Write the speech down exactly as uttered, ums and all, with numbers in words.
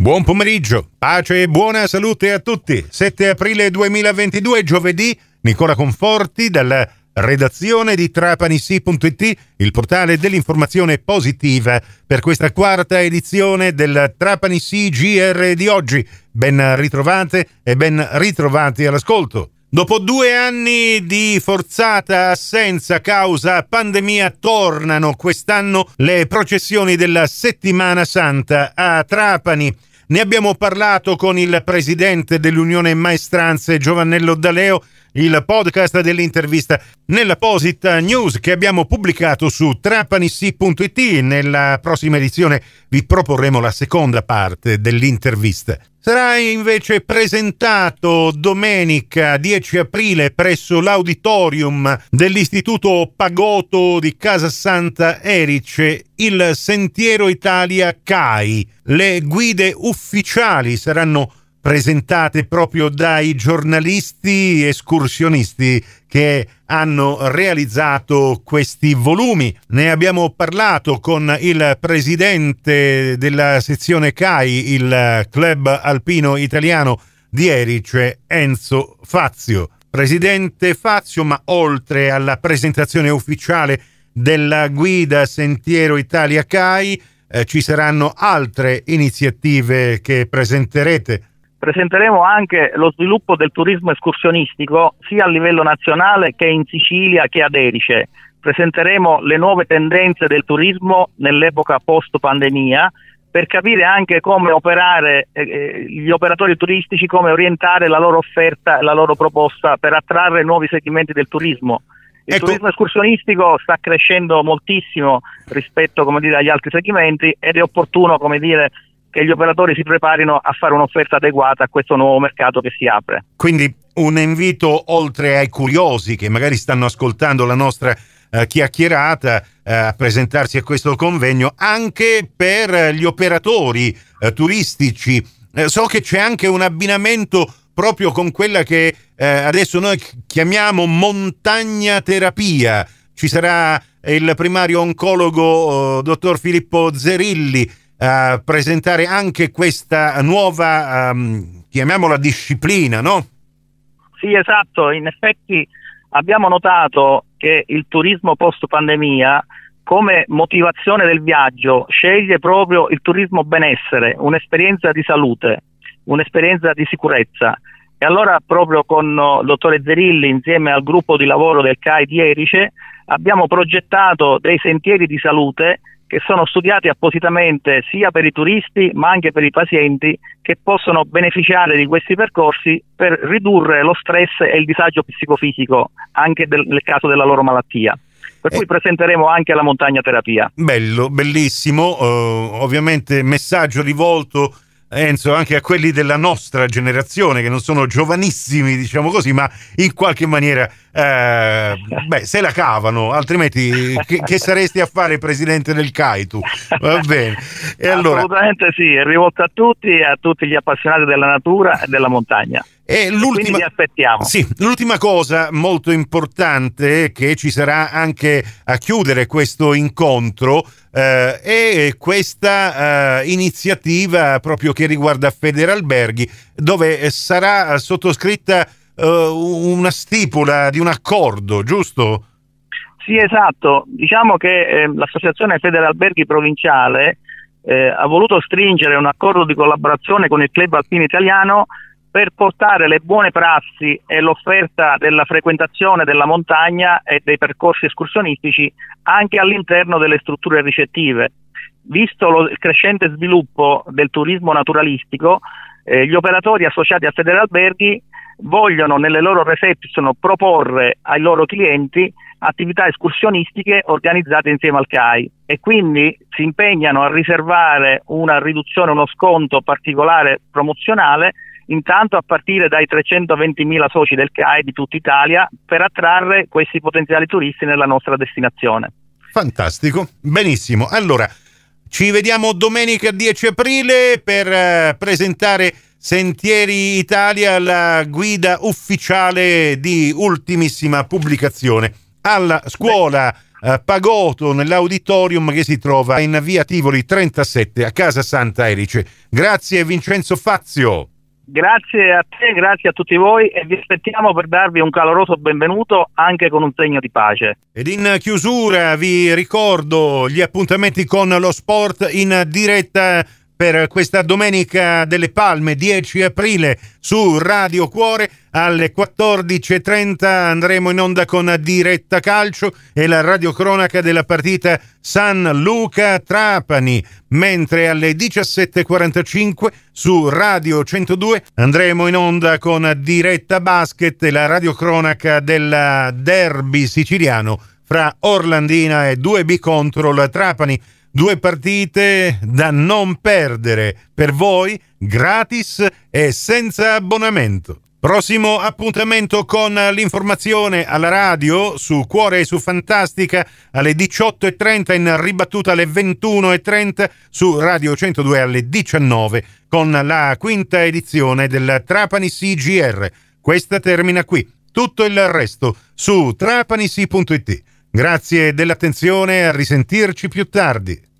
Buon pomeriggio, pace e buona salute a tutti. sette aprile duemilaventidue, giovedì, Nicola Conforti dalla redazione di Trapanissi punto it, il portale dell'informazione positiva, per questa quarta edizione del Trapanissi G R di oggi. Ben ritrovate e ben ritrovati all'ascolto. Dopo due anni di forzata assenza causa pandemia, tornano quest'anno le processioni della Settimana Santa a Trapani. Ne abbiamo parlato con il presidente dell'Unione Maestranze, Giovannello D'Aleo. Il podcast dell'intervista nell'apposita news che abbiamo pubblicato su Trapanissi punto it. Nella prossima edizione vi proporremo la seconda parte dell'intervista. Sarà invece presentato domenica dieci aprile presso l'auditorium dell'Istituto Pagotto di Casa Santa Erice il Sentiero Italia C A I. Le guide ufficiali saranno presentate proprio dai giornalisti escursionisti che hanno realizzato questi volumi. Ne abbiamo parlato con il presidente della sezione C A I, il Club Alpino Italiano di Erice, Enzo Fazio. Presidente Fazio, ma oltre alla presentazione ufficiale della guida Sentiero Italia C A I, eh, ci saranno altre iniziative che presenterete. Presenteremo anche lo sviluppo del turismo escursionistico sia a livello nazionale che in Sicilia che ad Erice. Presenteremo le nuove tendenze del turismo nell'epoca post-pandemia per capire anche come operare eh, gli operatori turistici, come orientare la loro offerta e la loro proposta per attrarre nuovi segmenti del turismo. Il ecco. turismo escursionistico sta crescendo moltissimo rispetto, come dire, agli altri segmenti ed è opportuno, come dire, che gli operatori si preparino a fare un'offerta adeguata a questo nuovo mercato che si apre. Quindi un invito, oltre ai curiosi che magari stanno ascoltando la nostra eh, chiacchierata, eh, a presentarsi a questo convegno, anche per gli operatori eh, turistici. Eh, so che c'è anche un abbinamento proprio con quella che eh, adesso noi chiamiamo montagna terapia. Ci sarà il primario oncologo eh, dottor Filippo Zerilli a presentare anche questa nuova, um, chiamiamola disciplina, no? Sì, esatto. In effetti abbiamo notato che il turismo post pandemia, come motivazione del viaggio, sceglie proprio il turismo benessere, un'esperienza di salute, un'esperienza di sicurezza. E allora proprio con il dottore Zerilli, insieme al gruppo di lavoro del C A I di Erice, abbiamo progettato dei sentieri di salute che sono studiati appositamente sia per i turisti ma anche per i pazienti, che possono beneficiare di questi percorsi per ridurre lo stress e il disagio psicofisico anche del, nel caso della loro malattia. Per cui eh. presenteremo anche la montagna terapia. Bello, bellissimo, uh, ovviamente messaggio rivolto, Enzo, anche a quelli della nostra generazione che non sono giovanissimi, diciamo così, ma in qualche maniera eh, beh, se la cavano, altrimenti che, che saresti a fare presidente del C A I tu? Va bene. E allora, assolutamente sì, è rivolto a tutti e a tutti gli appassionati della natura e della montagna. E l'ultima, quindi vi aspettiamo. Sì, l'ultima cosa molto importante che ci sarà anche a chiudere questo incontro eh, è questa eh, iniziativa proprio che riguarda Federalberghi, dove sarà sottoscritta eh, una stipula di un accordo, giusto? Sì, esatto. Diciamo che eh, l'associazione Federalberghi provinciale eh, ha voluto stringere un accordo di collaborazione con il Club Alpino Italiano per portare le buone prassi e l'offerta della frequentazione della montagna e dei percorsi escursionistici anche all'interno delle strutture ricettive. Visto lo, il crescente sviluppo del turismo naturalistico, eh, gli operatori associati a Federalberghi vogliono nelle loro reception proporre ai loro clienti attività escursionistiche organizzate insieme al C A I e quindi si impegnano a riservare una riduzione, uno sconto particolare promozionale, intanto a partire dai trecentoventimila soci del C A I di tutta Italia, per attrarre questi potenziali turisti nella nostra destinazione. Fantastico, benissimo. Allora, ci vediamo domenica dieci aprile per uh, presentare Sentieri Italia, la guida ufficiale di ultimissima pubblicazione alla scuola eh, Pagotto, nell'auditorium che si trova in via Tivoli trentasette a Casa Santa Erice. Grazie Vincenzo Fazio. Grazie a te, grazie a tutti voi e vi aspettiamo per darvi un caloroso benvenuto anche con un segno di pace. Ed in chiusura vi ricordo gli appuntamenti con lo sport in diretta per questa Domenica delle Palme, dieci aprile, su Radio Cuore. Alle quattordici e trenta andremo in onda con Diretta Calcio e la radiocronaca della partita San Luca-Trapani, mentre alle diciassette e quarantacinque su Radio centodue andremo in onda con Diretta Basket e la radiocronaca del derby siciliano fra Orlandina e due B contro la Trapani. Due partite da non perdere per voi, gratis e senza abbonamento. Prossimo appuntamento con l'informazione alla radio su Cuore e su Fantastica alle diciotto e trenta, in ribattuta alle ventuno e trenta su Radio centodue alle diciannove con la quinta edizione del Trapani C G R. Questa termina qui. Tutto il resto su trapanisi punto it. Grazie dell'attenzione, a risentirci più tardi.